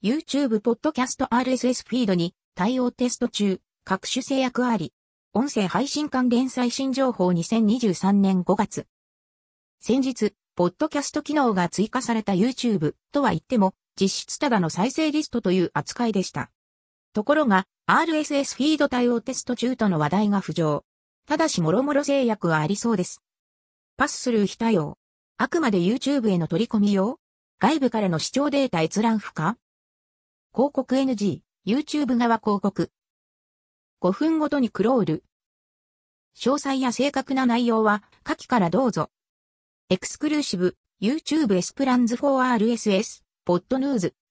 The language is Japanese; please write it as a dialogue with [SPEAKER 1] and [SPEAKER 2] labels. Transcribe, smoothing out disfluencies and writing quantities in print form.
[SPEAKER 1] YouTube ポッドキャスト RSS フィードに対応テスト中、各種制約あり。音声配信関連最新情報2023年5月。先日、ポッドキャスト機能が追加された YouTube とは言っても、実質ただの再生リストという扱いでした。ところが、RSS フィード対応テスト中との話題が浮上。ただし諸々制約はありそうです。パススルー非対応。あくまで YouTube への取り込み用？外部からの視聴データ閲覧不可？広告 NG、YouTube 側広告。5分ごとにクロール。詳細や正確な内容は下記からどうぞ。エクスクルーシブ、YouTube エスプランズ for RSS、ポッドヌーズ。